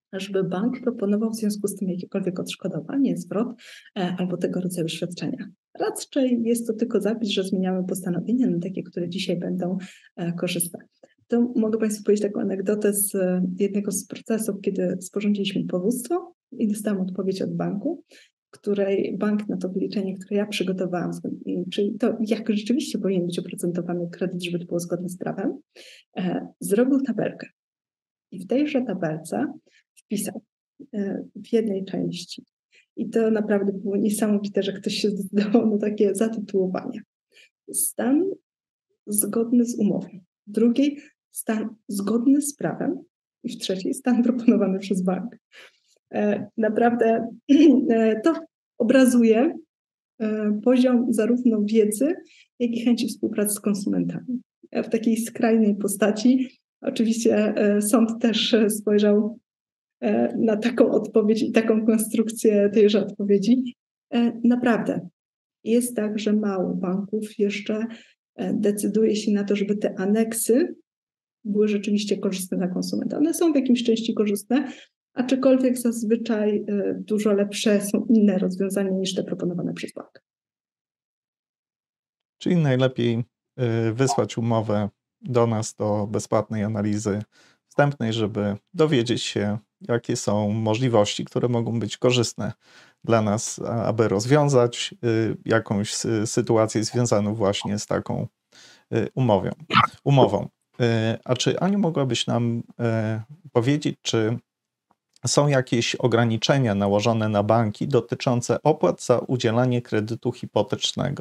żeby bank proponował w związku z tym jakiekolwiek odszkodowanie, zwrot albo tego rodzaju świadczenia. Raczej jest to tylko zapis, że zmieniamy postanowienia na takie, które dzisiaj będą korzystne. To mogę Państwu powiedzieć taką anegdotę z jednego z procesów, kiedy sporządziliśmy powództwo i dostałam odpowiedź od banku, w której bank na to wyliczenie, które ja przygotowałam, czyli to, jak rzeczywiście powinien być oprocentowany kredyt, żeby to było zgodne z prawem, zrobił tabelkę. I w tejże tabelce wpisał w jednej części. I to naprawdę było niesamowite, że ktoś się zdecydował na takie zatytułowanie. Stan zgodny z umową. W drugiej stan zgodny z prawem. I w trzeciej stan proponowany przez bank. Naprawdę to obrazuje poziom zarówno wiedzy, jak i chęci współpracy z konsumentami. W takiej skrajnej postaci. Oczywiście sąd też spojrzał na taką odpowiedź i taką konstrukcję tejże odpowiedzi. Naprawdę jest tak, że mało banków jeszcze decyduje się na to, żeby te aneksy były rzeczywiście korzystne dla konsumenta. One są w jakimś części korzystne, aczkolwiek zazwyczaj dużo lepsze są inne rozwiązania niż te proponowane przez bank. Czyli najlepiej wysłać umowę do nas do bezpłatnej analizy wstępnej, żeby dowiedzieć się, jakie są możliwości, które mogą być korzystne dla nas, aby rozwiązać jakąś sytuację związaną właśnie z taką umową. umową. A czy, Aniu, mogłabyś nam powiedzieć, czy są jakieś ograniczenia nałożone na banki dotyczące opłat za udzielanie kredytu hipotecznego?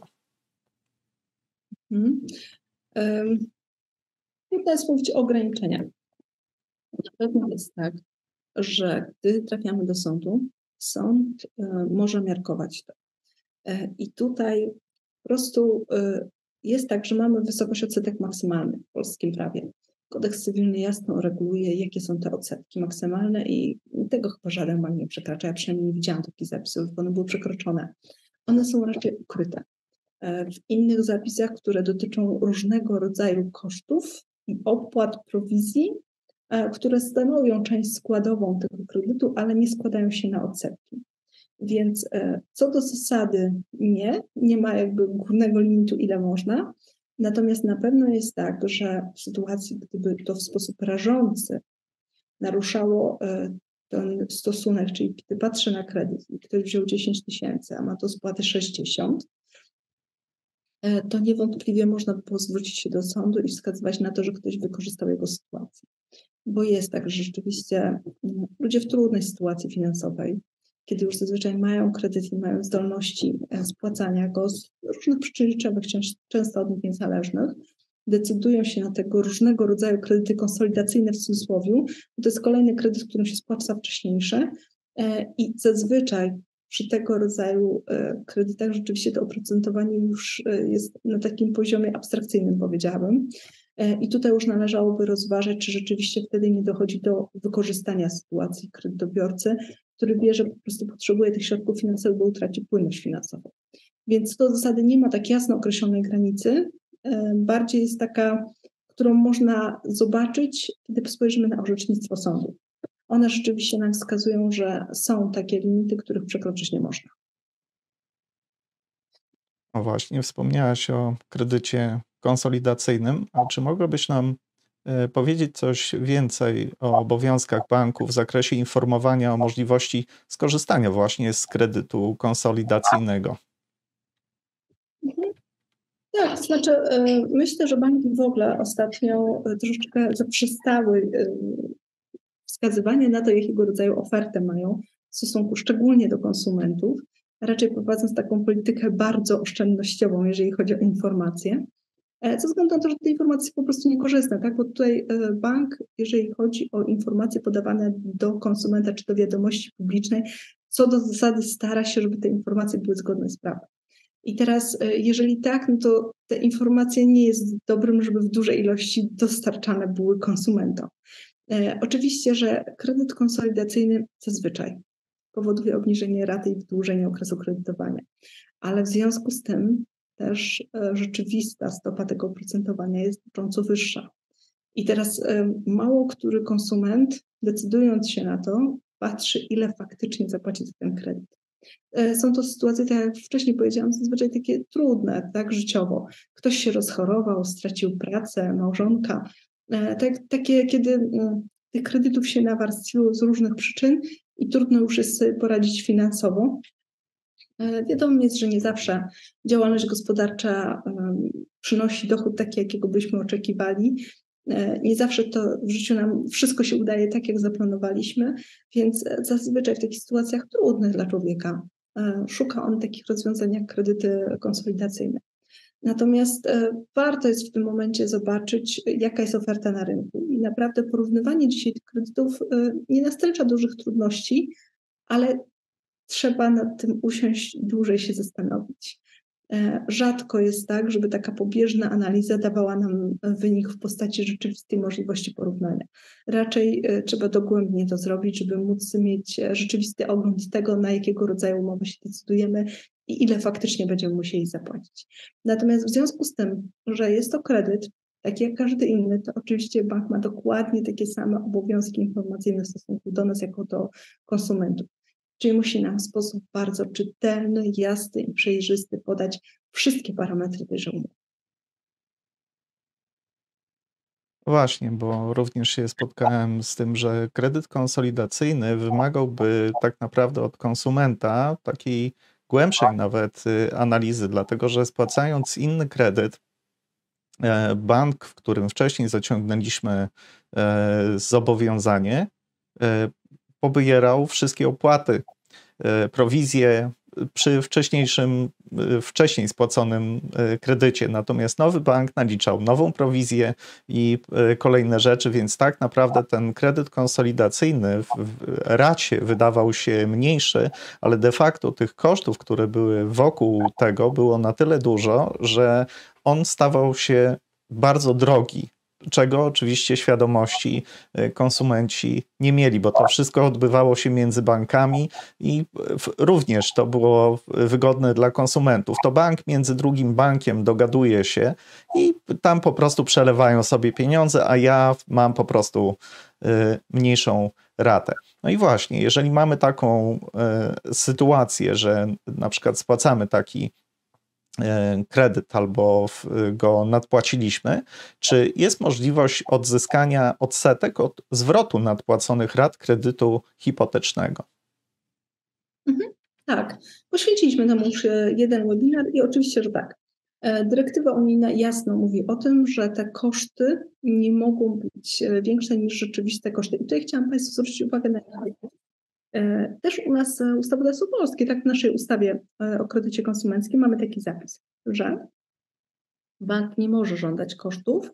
Hmm. Um, trudno jest mówić o ograniczeniach. Na pewno jest tak, że gdy trafiamy do sądu, sąd y, może miarkować to. Y, I tutaj po prostu y, jest tak, że mamy wysokość odsetek maksymalnych w polskim prawie. Kodeks cywilny jasno reguluje, jakie są te odsetki maksymalne i tego chyba żaden bank nie przekracza. Ja przynajmniej nie widziałam takich zapisów, bo one były przekroczone. One są raczej ukryte. W innych zapisach, które dotyczą różnego rodzaju kosztów i opłat prowizji, które stanowią część składową tego kredytu, ale nie składają się na odsetki. Więc co do zasady nie, nie ma jakby górnego limitu, ile można. Natomiast na pewno jest tak, że w sytuacji, gdyby to w sposób rażący naruszało ten stosunek, czyli gdy patrzę na kredyt i ktoś wziął dziesięć tysięcy, a ma do spłaty sześćdziesiąt, to niewątpliwie można by było zwrócić się do sądu i wskazywać na to, że ktoś wykorzystał jego sytuację. Bo jest tak, że rzeczywiście ludzie w trudnej sytuacji finansowej, kiedy już zazwyczaj mają kredyt i mają zdolności spłacania go z różnych przyczyn życiowych, często od nich niezależnych, decydują się na tego różnego rodzaju kredyty konsolidacyjne w cudzysłowie. To jest kolejny kredyt, którym się spłaca wcześniejszy i zazwyczaj przy tego rodzaju kredytach rzeczywiście to oprocentowanie już jest na takim poziomie abstrakcyjnym, powiedziałabym. I tutaj już należałoby rozważyć, czy rzeczywiście wtedy nie dochodzi do wykorzystania sytuacji kredytobiorcy, który wie, że po prostu potrzebuje tych środków finansowych, bo utraci płynność finansową. Więc to w zasadzie nie ma tak jasno określonej granicy, bardziej jest taka, którą można zobaczyć, kiedy spojrzymy na orzecznictwo sądu. One rzeczywiście nam wskazują, że są takie limity, których przekroczyć nie można. No właśnie, wspomniałaś o kredycie konsolidacyjnym. A czy mogłabyś nam powiedzieć coś więcej o obowiązkach banku w zakresie informowania o możliwości skorzystania właśnie z kredytu konsolidacyjnego? Mhm. Tak, to znaczy myślę, że banki w ogóle ostatnio troszeczkę zaprzestały wskazywania na to, jakiego rodzaju ofertę mają w stosunku szczególnie do konsumentów, raczej prowadząc taką politykę bardzo oszczędnościową, jeżeli chodzi o informacje, ze względu na to, że te informacje są po prostu niekorzystne, tak? Bo tutaj bank, jeżeli chodzi o informacje podawane do konsumenta czy do wiadomości publicznej, co do zasady stara się, żeby te informacje były zgodne z prawem. I teraz, jeżeli tak, no to te informacje nie jest dobrym, żeby w dużej ilości dostarczane były konsumentom. E, oczywiście, że kredyt konsolidacyjny zazwyczaj powoduje obniżenie raty i wydłużenie okresu kredytowania, ale w związku z tym też e, rzeczywista stopa tego oprocentowania jest znacząco wyższa. I teraz mało który konsument, decydując się na to, patrzy, ile faktycznie zapłaci za ten kredyt. Są to sytuacje, tak jak wcześniej powiedziałam, zazwyczaj takie trudne, tak, życiowo. Ktoś się rozchorował, stracił pracę, małżonka. Tak, takie, kiedy tych kredytów się nawarstwiło z różnych przyczyn i trudno już jest sobie poradzić finansowo. Wiadomo jest, że nie zawsze działalność gospodarcza przynosi dochód taki, jakiego byśmy oczekiwali. Nie zawsze to w życiu nam wszystko się udaje tak, jak zaplanowaliśmy, więc zazwyczaj w takich sytuacjach trudnych dla człowieka szuka on takich rozwiązań jak kredyty konsolidacyjne. Natomiast warto jest w tym momencie zobaczyć, jaka jest oferta na rynku. I naprawdę porównywanie dzisiaj tych kredytów nie nastręcza dużych trudności, ale trzeba nad tym usiąść, dłużej się zastanowić. Rzadko jest tak, żeby taka pobieżna analiza dawała nam wynik w postaci rzeczywistej możliwości porównania. Raczej trzeba dogłębnie to zrobić, żeby móc mieć rzeczywisty ogląd tego, na jakiego rodzaju umowę się decydujemy i ile faktycznie będziemy musieli zapłacić. Natomiast w związku z tym, że jest to kredyt, tak jak każdy inny, to oczywiście bank ma dokładnie takie same obowiązki informacyjne w stosunku do nas, jako do konsumentów. Czyli musi nam w sposób bardzo czytelny, jasny i przejrzysty podać wszystkie parametry tejże umowy. Właśnie, bo również się spotkałem z tym, że kredyt konsolidacyjny wymagałby tak naprawdę od konsumenta takiej głębszej nawet analizy, dlatego że spłacając inny kredyt, bank, w którym wcześniej zaciągnęliśmy zobowiązanie, pobierał wszystkie opłaty, prowizje przy wcześniejszym, wcześniej spłaconym kredycie. Natomiast nowy bank naliczał nową prowizję i kolejne rzeczy, więc tak naprawdę ten kredyt konsolidacyjny w racie wydawał się mniejszy, ale de facto tych kosztów, które były wokół tego, było na tyle dużo, że on stawał się bardzo drogi. Czego oczywiście świadomości konsumenci nie mieli, bo to wszystko odbywało się między bankami i również to było wygodne dla konsumentów. To bank między drugim bankiem dogaduje się i tam po prostu przelewają sobie pieniądze, a ja mam po prostu mniejszą ratę. No i właśnie, jeżeli mamy taką sytuację, że na przykład spłacamy taki kredyt albo go nadpłaciliśmy, czy jest możliwość odzyskania odsetek od zwrotu nadpłaconych rat kredytu hipotecznego? Mhm, tak, poświęciliśmy temu już jeden webinar i oczywiście, że tak. Dyrektywa unijna jasno mówi o tym, że te koszty nie mogą być większe niż rzeczywiste koszty. I tutaj chciałam Państwu zwrócić uwagę na jedno. Też u nas ustawodawstwo polskie, tak w naszej ustawie o kredycie konsumenckim mamy taki zapis, że bank nie może żądać kosztów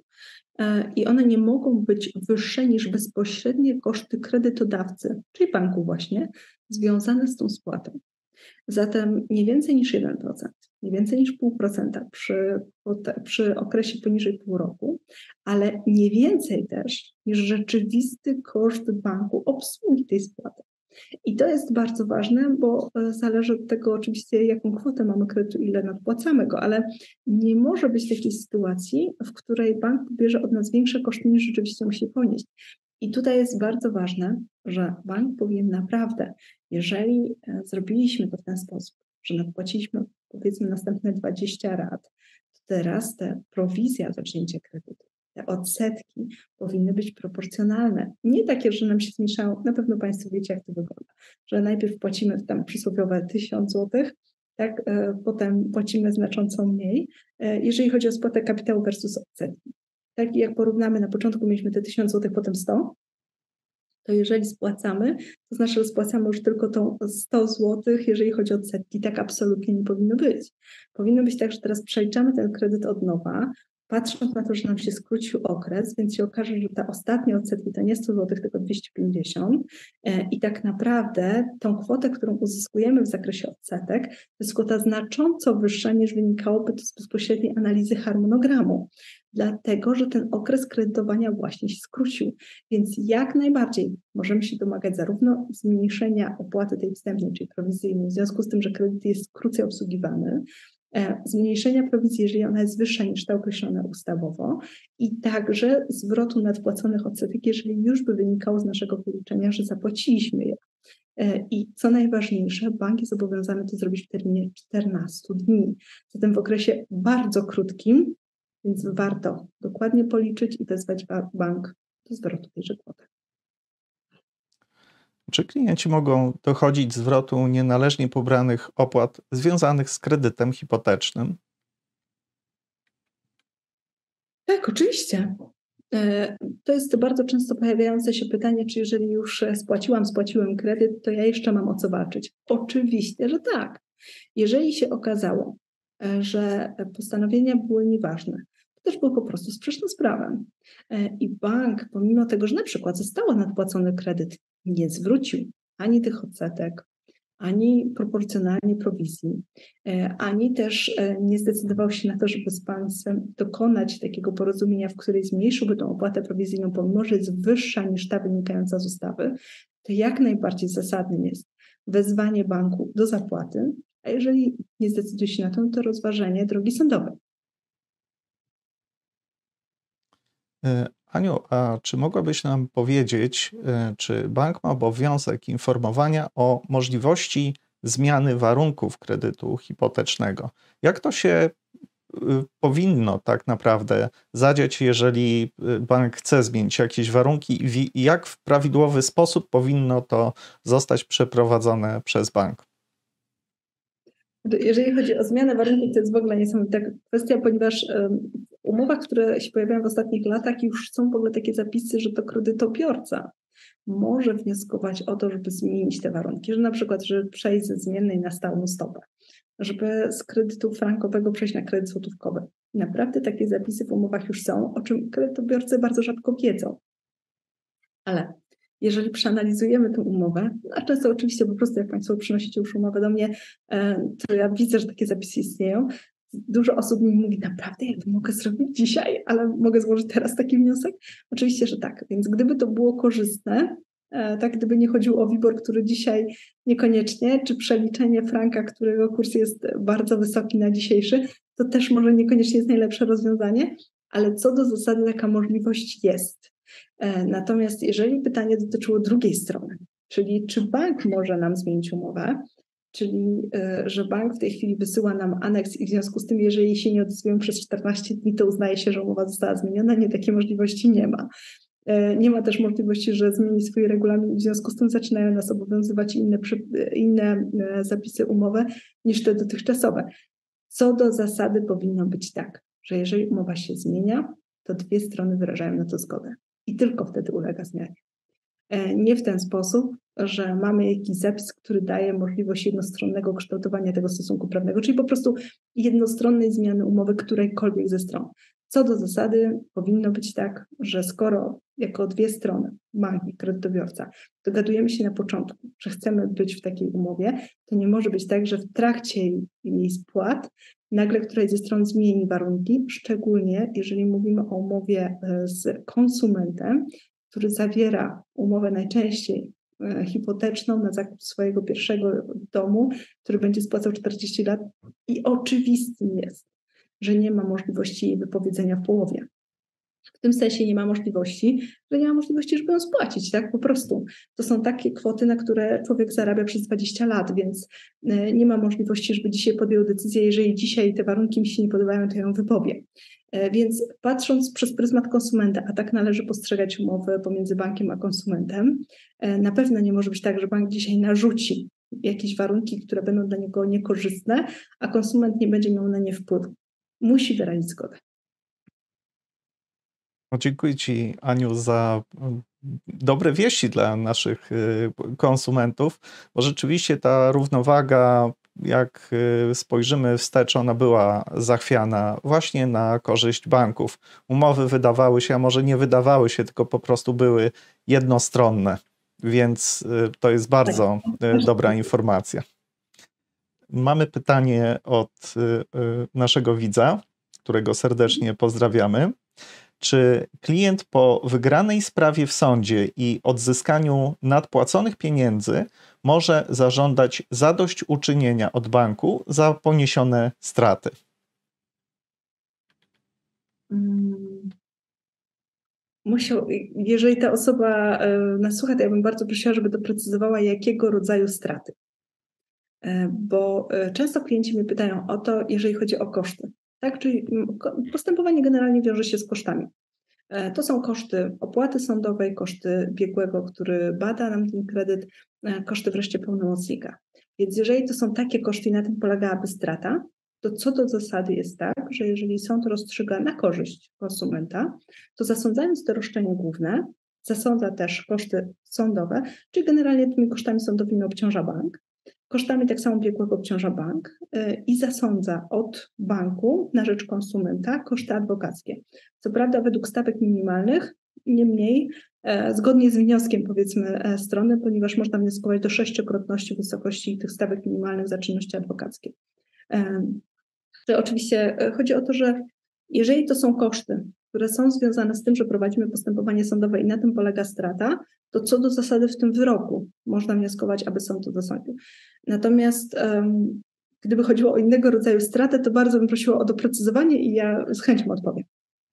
i one nie mogą być wyższe niż bezpośrednie koszty kredytodawcy, czyli banku właśnie, związane z tą spłatą. Zatem nie więcej niż jeden procent, nie więcej niż zero przecinek pięć procent przy, przy okresie poniżej pół roku, ale nie więcej też niż rzeczywisty koszt banku obsługi tej spłaty. I to jest bardzo ważne, bo zależy od tego oczywiście, jaką kwotę mamy kredytu, ile nadpłacamy go, ale nie może być takiej sytuacji, w której bank bierze od nas większe koszty, niż rzeczywiście musi ponieść. I tutaj jest bardzo ważne, że bank powinien naprawdę, jeżeli zrobiliśmy to w ten sposób, że nadpłaciliśmy powiedzmy następne dwadzieścia rat, to teraz ta prowizja za wzięcie kredytu, te odsetki powinny być proporcjonalne. Nie takie, że nam się zmieszało, na pewno Państwo wiecie, jak to wygląda, że najpierw płacimy tam przysłowiowe tysiąc złotych, tak, e, potem płacimy znacząco mniej, e, jeżeli chodzi o spłatę kapitału versus odsetki. Tak, jak porównamy, na początku mieliśmy te tysiąc złotych, potem sto, to jeżeli spłacamy, to znaczy, że spłacamy już tylko tą sto złotych, jeżeli chodzi o odsetki. Tak absolutnie nie powinno być. Powinno być tak, że teraz przeliczamy ten kredyt od nowa, patrząc na to, że nam się skrócił okres, więc się okaże, że te ostatnie odsetki to nie sto złotych, tylko dwieście pięćdziesiąt i tak naprawdę tą kwotę, którą uzyskujemy w zakresie odsetek, to jest kwota znacząco wyższa, niż wynikałoby to z bezpośredniej analizy harmonogramu, dlatego że ten okres kredytowania właśnie się skrócił, więc jak najbardziej możemy się domagać zarówno zmniejszenia opłaty tej wstępnej, czyli prowizyjnej, w związku z tym, że kredyt jest krócej obsługiwany, zmniejszenia prowizji, jeżeli ona jest wyższa niż ta określona ustawowo i także zwrotu nadpłaconych odsetek, jeżeli już by wynikało z naszego wyliczenia, że zapłaciliśmy je. I co najważniejsze, bank jest zobowiązany to zrobić w terminie czternastu dni. Zatem w okresie bardzo krótkim, więc warto dokładnie policzyć i wezwać bank do zwrotu tejże kwoty. Czy klienci mogą dochodzić zwrotu nienależnie pobranych opłat związanych z kredytem hipotecznym? Tak, oczywiście. To jest bardzo często pojawiające się pytanie, czy jeżeli już spłaciłam, spłaciłem kredyt, to ja jeszcze mam o co walczyć. Oczywiście, że tak. Jeżeli się okazało, że postanowienia były nieważne, to też było po prostu sprzeczne z prawem. I bank, pomimo tego, że na przykład został nadpłacony kredyt, nie zwrócił ani tych odsetek, ani proporcjonalnie prowizji, ani też nie zdecydował się na to, żeby z państwem dokonać takiego porozumienia, w której zmniejszyłby tą opłatę prowizyjną, pomimo że jest wyższa niż ta wynikająca z ustawy, to jak najbardziej zasadnym jest wezwanie banku do zapłaty, a jeżeli nie zdecyduje się na to, to rozważenie drogi sądowej. Aniu, a czy mogłabyś nam powiedzieć, czy bank ma obowiązek informowania o możliwości zmiany warunków kredytu hipotecznego? Jak to się powinno tak naprawdę zadziać, jeżeli bank chce zmienić jakieś warunki i jak w prawidłowy sposób powinno to zostać przeprowadzone przez bank? Jeżeli chodzi o zmianę warunków, to jest w ogóle niesamowita kwestia, ponieważ w umowach, które się pojawiają w ostatnich latach, już są w ogóle takie zapisy, że to kredytobiorca może wnioskować o to, żeby zmienić te warunki, że na przykład, żeby przejść ze zmiennej na stałą stopę, żeby z kredytu frankowego przejść na kredyt złotówkowy. Naprawdę takie zapisy w umowach już są, o czym kredytobiorcy bardzo rzadko wiedzą. Ale jeżeli przeanalizujemy tę umowę, a często oczywiście po prostu jak Państwo przynosicie już umowę do mnie, to ja widzę, że takie zapisy istnieją. Dużo osób mi mówi, naprawdę ja to mogę zrobić dzisiaj, ale mogę złożyć teraz taki wniosek? Oczywiście, że tak. Więc gdyby to było korzystne, tak, gdyby nie chodziło o WIBOR, który dzisiaj niekoniecznie, czy przeliczenie franka, którego kurs jest bardzo wysoki na dzisiejszy, to też może niekoniecznie jest najlepsze rozwiązanie, ale co do zasady taka możliwość jest. Natomiast jeżeli pytanie dotyczyło drugiej strony, czyli czy bank może nam zmienić umowę, czyli że bank w tej chwili wysyła nam aneks i w związku z tym, jeżeli się nie odezwiemy przez czternaście dni, to uznaje się, że umowa została zmieniona. Nie, takiej możliwości nie ma. Nie ma też możliwości, że zmieni swój regulamin i w związku z tym zaczynają nas obowiązywać inne, inne zapisy umowy niż te dotychczasowe. Co do zasady powinno być tak, że jeżeli umowa się zmienia, to dwie strony wyrażają na to zgodę i tylko wtedy ulega zmianie. Nie w ten sposób, że mamy jakiś zapis, który daje możliwość jednostronnego kształtowania tego stosunku prawnego, czyli po prostu jednostronnej zmiany umowy którejkolwiek ze stron. Co do zasady powinno być tak, że skoro jako dwie strony, bank i kredytobiorca, dogadujemy się na początku, że chcemy być w takiej umowie, to nie może być tak, że w trakcie jej spłat nagle któraś ze stron zmieni warunki, szczególnie jeżeli mówimy o umowie z konsumentem, który zawiera umowę najczęściej hipoteczną na zakup swojego pierwszego domu, który będzie spłacał czterdzieści lat i oczywistym jest, że nie ma możliwości jej wypowiedzenia w połowie. W tym sensie nie ma możliwości, że nie ma możliwości, żeby ją spłacić, tak? Po prostu. To są takie kwoty, na które człowiek zarabia przez dwadzieścia lat, więc nie ma możliwości, żeby dzisiaj podjął decyzję, jeżeli dzisiaj te warunki mi się nie podobają, to ją wypowie. Więc patrząc przez pryzmat konsumenta, a tak należy postrzegać umowy pomiędzy bankiem a konsumentem, na pewno nie może być tak, że bank dzisiaj narzuci jakieś warunki, które będą dla niego niekorzystne, a konsument nie będzie miał na nie wpływu. Musi wyrazić zgodę. No, dziękuję Ci, Aniu, za dobre wieści dla naszych konsumentów, bo rzeczywiście ta równowaga, jak spojrzymy wstecz, ona była zachwiana właśnie na korzyść banków. Umowy wydawały się, a może nie wydawały się, tylko po prostu były jednostronne, więc to jest bardzo dobra informacja. Mamy pytanie od naszego widza, którego serdecznie pozdrawiamy. Czy klient po wygranej sprawie w sądzie i odzyskaniu nadpłaconych pieniędzy może zażądać zadośćuczynienia od banku za poniesione straty? Mm. Musiał, jeżeli ta osoba nas słucha, to ja bym bardzo prosiła, żeby doprecyzowała, jakiego rodzaju straty. Bo często klienci mnie pytają o to, jeżeli chodzi o koszty. Tak? Czyli postępowanie generalnie wiąże się z kosztami. To są koszty opłaty sądowej, koszty biegłego, który bada nam ten kredyt, koszty wreszcie pełnomocnika. Więc jeżeli to są takie koszty i na tym polegałaby strata, to co do zasady jest tak, że jeżeli sąd rozstrzyga na korzyść konsumenta, to zasądzając te roszczenie główne, zasądza też koszty sądowe, czyli generalnie tymi kosztami sądowymi obciąża bank. Kosztami tak samo biegłego obciąża bank yy, i zasądza od banku na rzecz konsumenta koszty adwokackie. Co prawda według stawek minimalnych, niemniej e, zgodnie z wnioskiem powiedzmy e, strony, ponieważ można wnioskować do sześciokrotności wysokości tych stawek minimalnych za czynności adwokackie. E, to oczywiście chodzi o to, że jeżeli to są koszty, które są związane z tym, że prowadzimy postępowanie sądowe i na tym polega strata, to co do zasady w tym wyroku można wnioskować, aby sąd to zasądził. Natomiast um, gdyby chodziło o innego rodzaju stratę, to bardzo bym prosiła o doprecyzowanie i ja z chęcią odpowiem.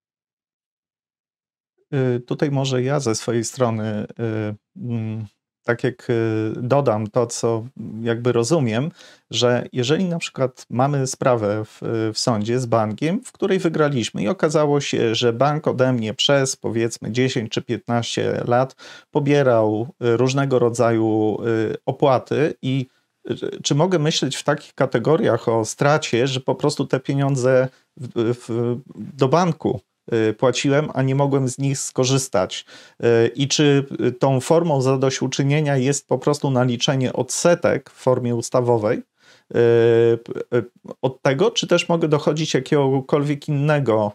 Tutaj może ja ze swojej strony, tak jak dodam to, co jakby rozumiem, że jeżeli na przykład mamy sprawę w, w sądzie z bankiem, w której wygraliśmy i okazało się, że bank ode mnie przez powiedzmy dziesięć czy piętnaście lat pobierał różnego rodzaju opłaty i czy mogę myśleć w takich kategoriach o stracie, że po prostu te pieniądze w, w, do banku płaciłem, a nie mogłem z nich skorzystać? I czy tą formą zadośćuczynienia jest po prostu naliczenie odsetek w formie ustawowej od tego, czy też mogę dochodzić jakiegokolwiek innego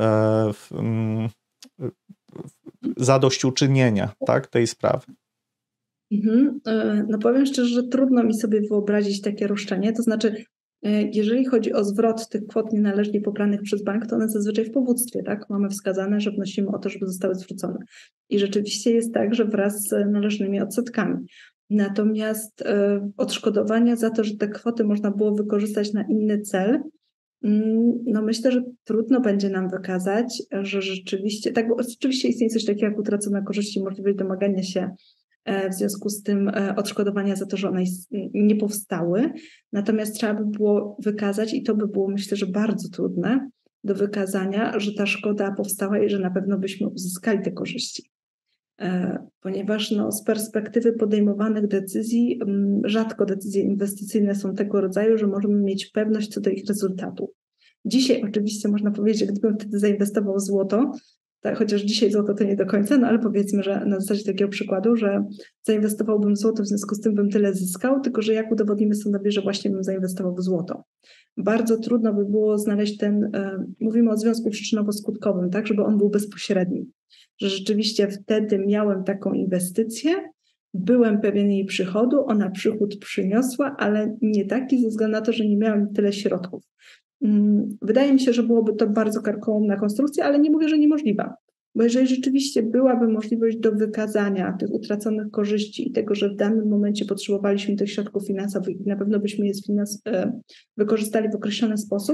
zadośćuczynienia, tak, tej sprawy? Mhm. No powiem szczerze, że trudno mi sobie wyobrazić takie roszczenie, to znaczy jeżeli chodzi o zwrot tych kwot nienależnie pobranych przez bank, to one zazwyczaj w powództwie, tak? Mamy wskazane, że wnosimy o to, żeby zostały zwrócone. I rzeczywiście jest tak, że wraz z należnymi odsetkami. Natomiast e, odszkodowania za to, że te kwoty można było wykorzystać na inny cel, no myślę, że trudno będzie nam wykazać, że rzeczywiście, tak, bo oczywiście istnieje coś takiego jak utracona korzyść i możliwość domagania się w związku z tym odszkodowania za to, że one nie powstały. Natomiast trzeba by było wykazać, i to by było myślę, że bardzo trudne do wykazania, że ta szkoda powstała i że na pewno byśmy uzyskali te korzyści. Ponieważ no, z perspektywy podejmowanych decyzji, rzadko decyzje inwestycyjne są tego rodzaju, że możemy mieć pewność co do ich rezultatu. Dzisiaj oczywiście można powiedzieć, że gdybym wtedy zainwestował w złoto, tak, chociaż dzisiaj złoto to nie do końca, no ale powiedzmy, że na zasadzie takiego przykładu, że zainwestowałbym w złoto, w związku z tym bym tyle zyskał, tylko że jak udowodnimy sądowi, że właśnie bym zainwestował w złoto. Bardzo trudno by było znaleźć ten, e, mówimy o związku przyczynowo-skutkowym, tak, żeby on był bezpośredni. Że rzeczywiście wtedy miałem taką inwestycję, byłem pewien jej przychodu, ona przychód przyniosła, ale nie taki ze względu na to, że nie miałem tyle środków. Wydaje mi się, że byłoby to bardzo karkołomna konstrukcja, ale nie mówię, że niemożliwa. Bo jeżeli rzeczywiście byłaby możliwość do wykazania tych utraconych korzyści i tego, że w danym momencie potrzebowaliśmy tych środków finansowych i na pewno byśmy je finans- wykorzystali w określony sposób,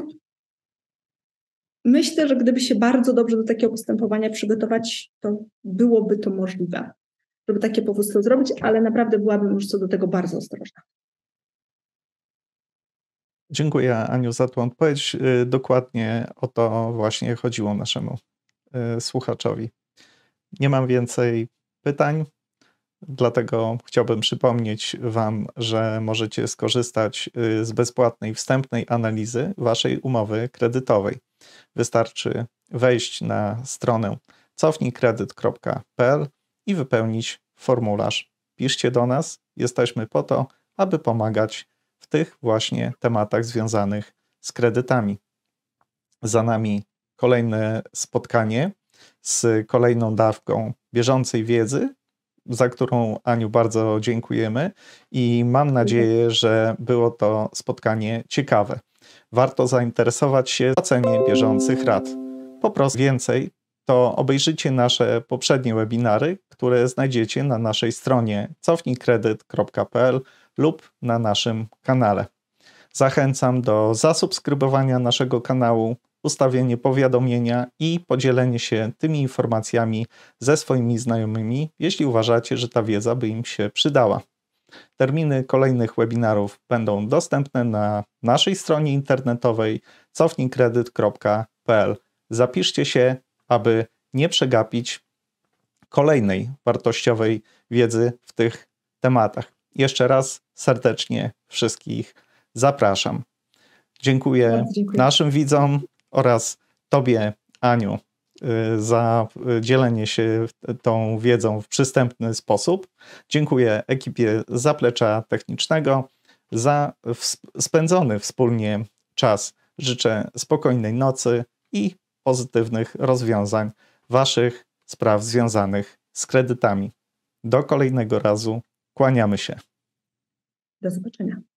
myślę, że gdyby się bardzo dobrze do takiego postępowania przygotować, to byłoby to możliwe, żeby takie powództwo zrobić, ale naprawdę byłabym już co do tego bardzo ostrożna. Dziękuję, Aniu, za tą odpowiedź. Dokładnie o to właśnie chodziło naszemu słuchaczowi. Nie mam więcej pytań, dlatego chciałbym przypomnieć Wam, że możecie skorzystać z bezpłatnej wstępnej analizy Waszej umowy kredytowej. Wystarczy wejść na stronę cofnij kredyt kropka p l i wypełnić formularz. Piszcie do nas, jesteśmy po to, aby pomagać w tych właśnie tematach związanych z kredytami. Za nami kolejne spotkanie z kolejną dawką bieżącej wiedzy, za którą, Aniu, bardzo dziękujemy i mam nadzieję, że było to spotkanie ciekawe. Warto zainteresować się płaceniem bieżących rat. Po prostu więcej to obejrzyjcie nasze poprzednie webinary, które znajdziecie na naszej stronie cofnij kredyt kropka p l lub na naszym kanale. Zachęcam do zasubskrybowania naszego kanału, ustawienie powiadomienia i podzielenie się tymi informacjami ze swoimi znajomymi, jeśli uważacie, że ta wiedza by im się przydała. Terminy kolejnych webinarów będą dostępne na naszej stronie internetowej cofnij kredyt kropka p l. Zapiszcie się, aby nie przegapić kolejnej wartościowej wiedzy w tych tematach. Jeszcze raz serdecznie wszystkich zapraszam. Dziękuję, dziękuję naszym widzom oraz Tobie, Aniu, za dzielenie się tą wiedzą w przystępny sposób. Dziękuję ekipie Zaplecza Technicznego za spędzony wspólnie czas. Życzę spokojnej nocy i pozytywnych rozwiązań Waszych spraw związanych z kredytami. Do kolejnego razu. Kłaniamy się. Do zobaczenia.